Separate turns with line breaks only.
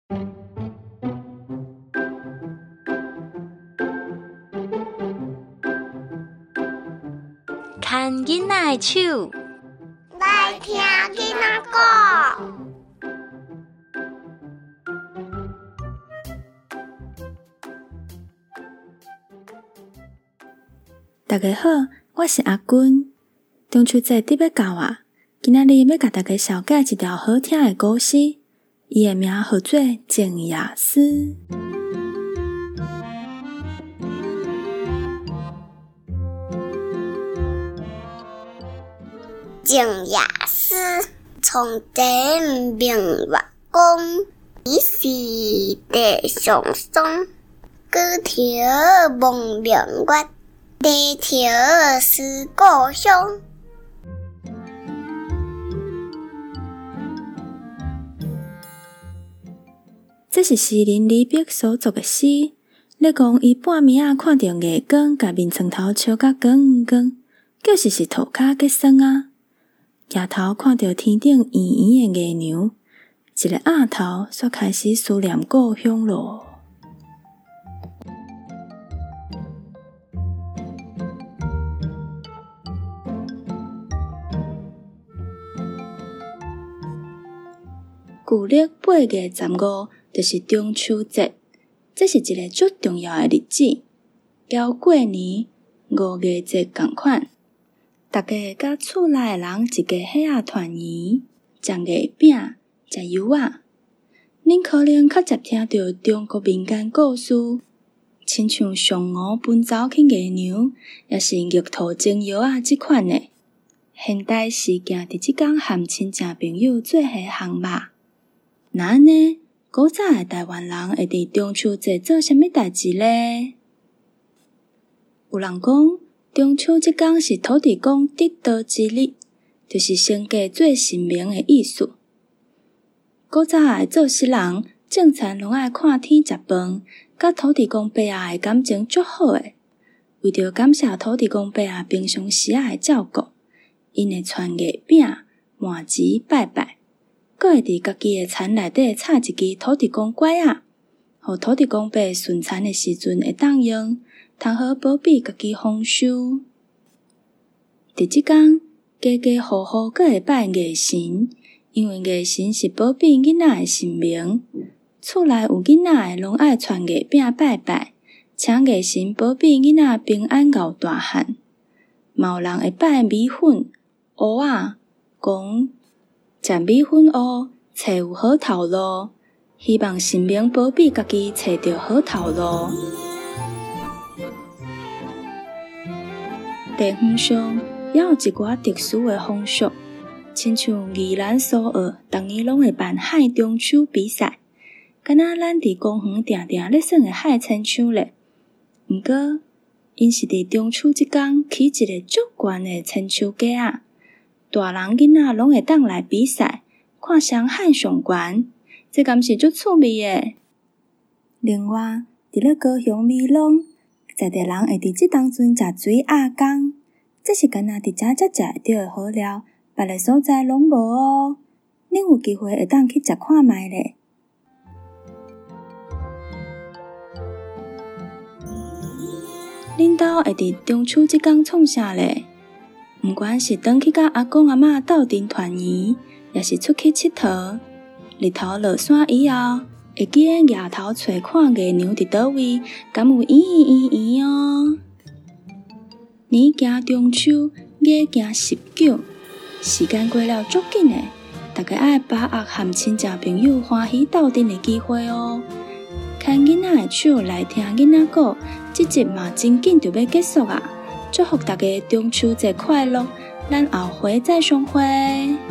牵囡仔的手，
来听囡仔歌。
大家好，我是阿君。中秋节伫要到啊，今仔日要甲大家小解一条好听的故事，伊的名号做《静夜思》。
静夜思，从前明月光，疑是地上霜。高头望明月，低头思故乡。
这是诗人李白所作的诗，咧讲伊半暝啊看到月光，甲面床头笑甲光光，就是涂骹结霜啊。抬头看到天顶圆圆的月娘，一个暗头煞开始思念故乡咯。旧历8月15，就是中秋节，这是一个足重要的日子，交过年5月节同款。大家甲厝内的人一家伙仔团圆，食月饼，食油仔。恁可能较常听到中国民间故事，亲像嫦娥奔走去月娘，也是玉兔争药仔即款的。现代事件伫即天和亲戚朋友做伙烘肉。那安尼，古早的台湾人会伫中秋节做啥物代志咧？有人讲，中秋即天是土地公得道之日，就是升价做神明的意思。古早的做事人正常拢爱看天食饭，甲土地公伯仔的感情足好的。为着感谢土地公伯仔平常时仔的照顾，因会传月饼、麻糍拜拜，阁会伫家己的田内底插一支土地公拐仔，互土地公伯顺田的时阵会当用，通好保庇家己丰收。伫即天，家家户户阁会拜月神，因为月神是保庇囡仔的神明。厝内有囡仔的，拢爱传月饼拜拜，请月神保庇囡仔平安熬大汉。嘛有人会拜米粉、蚵仔，讲食米粉蚵，找有好头路，希望神明保庇家己找到好头路。地方上也有一寡特殊的风俗，亲像宜兰苏澳，逐年拢会办海中秋比赛，敢若咱伫公园定定咧耍的海亲像咧。毋过，因是伫中秋即天起一个足悬的亲像架仔，大人囡仔拢会当来比赛，看谁海上悬，这敢是足趣味的。另外，伫咧高雄美浓，在地人会伫即当阵食水鸭公，这是干那伫遮才食会到的好料，别个所在拢无哦。恁有机会会当去食看卖咧。恁兜会伫中秋即天创啥咧？毋管是转去甲阿公阿嬷斗阵团圆，也是出去佚佗。日头落山以后，会记得夜头找看月娘伫倒位，敢有圆圆哦。年行中秋，月行19，时间过了足紧的，大家爱把握和亲戚朋友欢喜斗阵的机会哦。牵囡仔的手来听囡仔歌，这集嘛真紧就要结束啊！祝福大家中秋节快乐，咱后回再相会。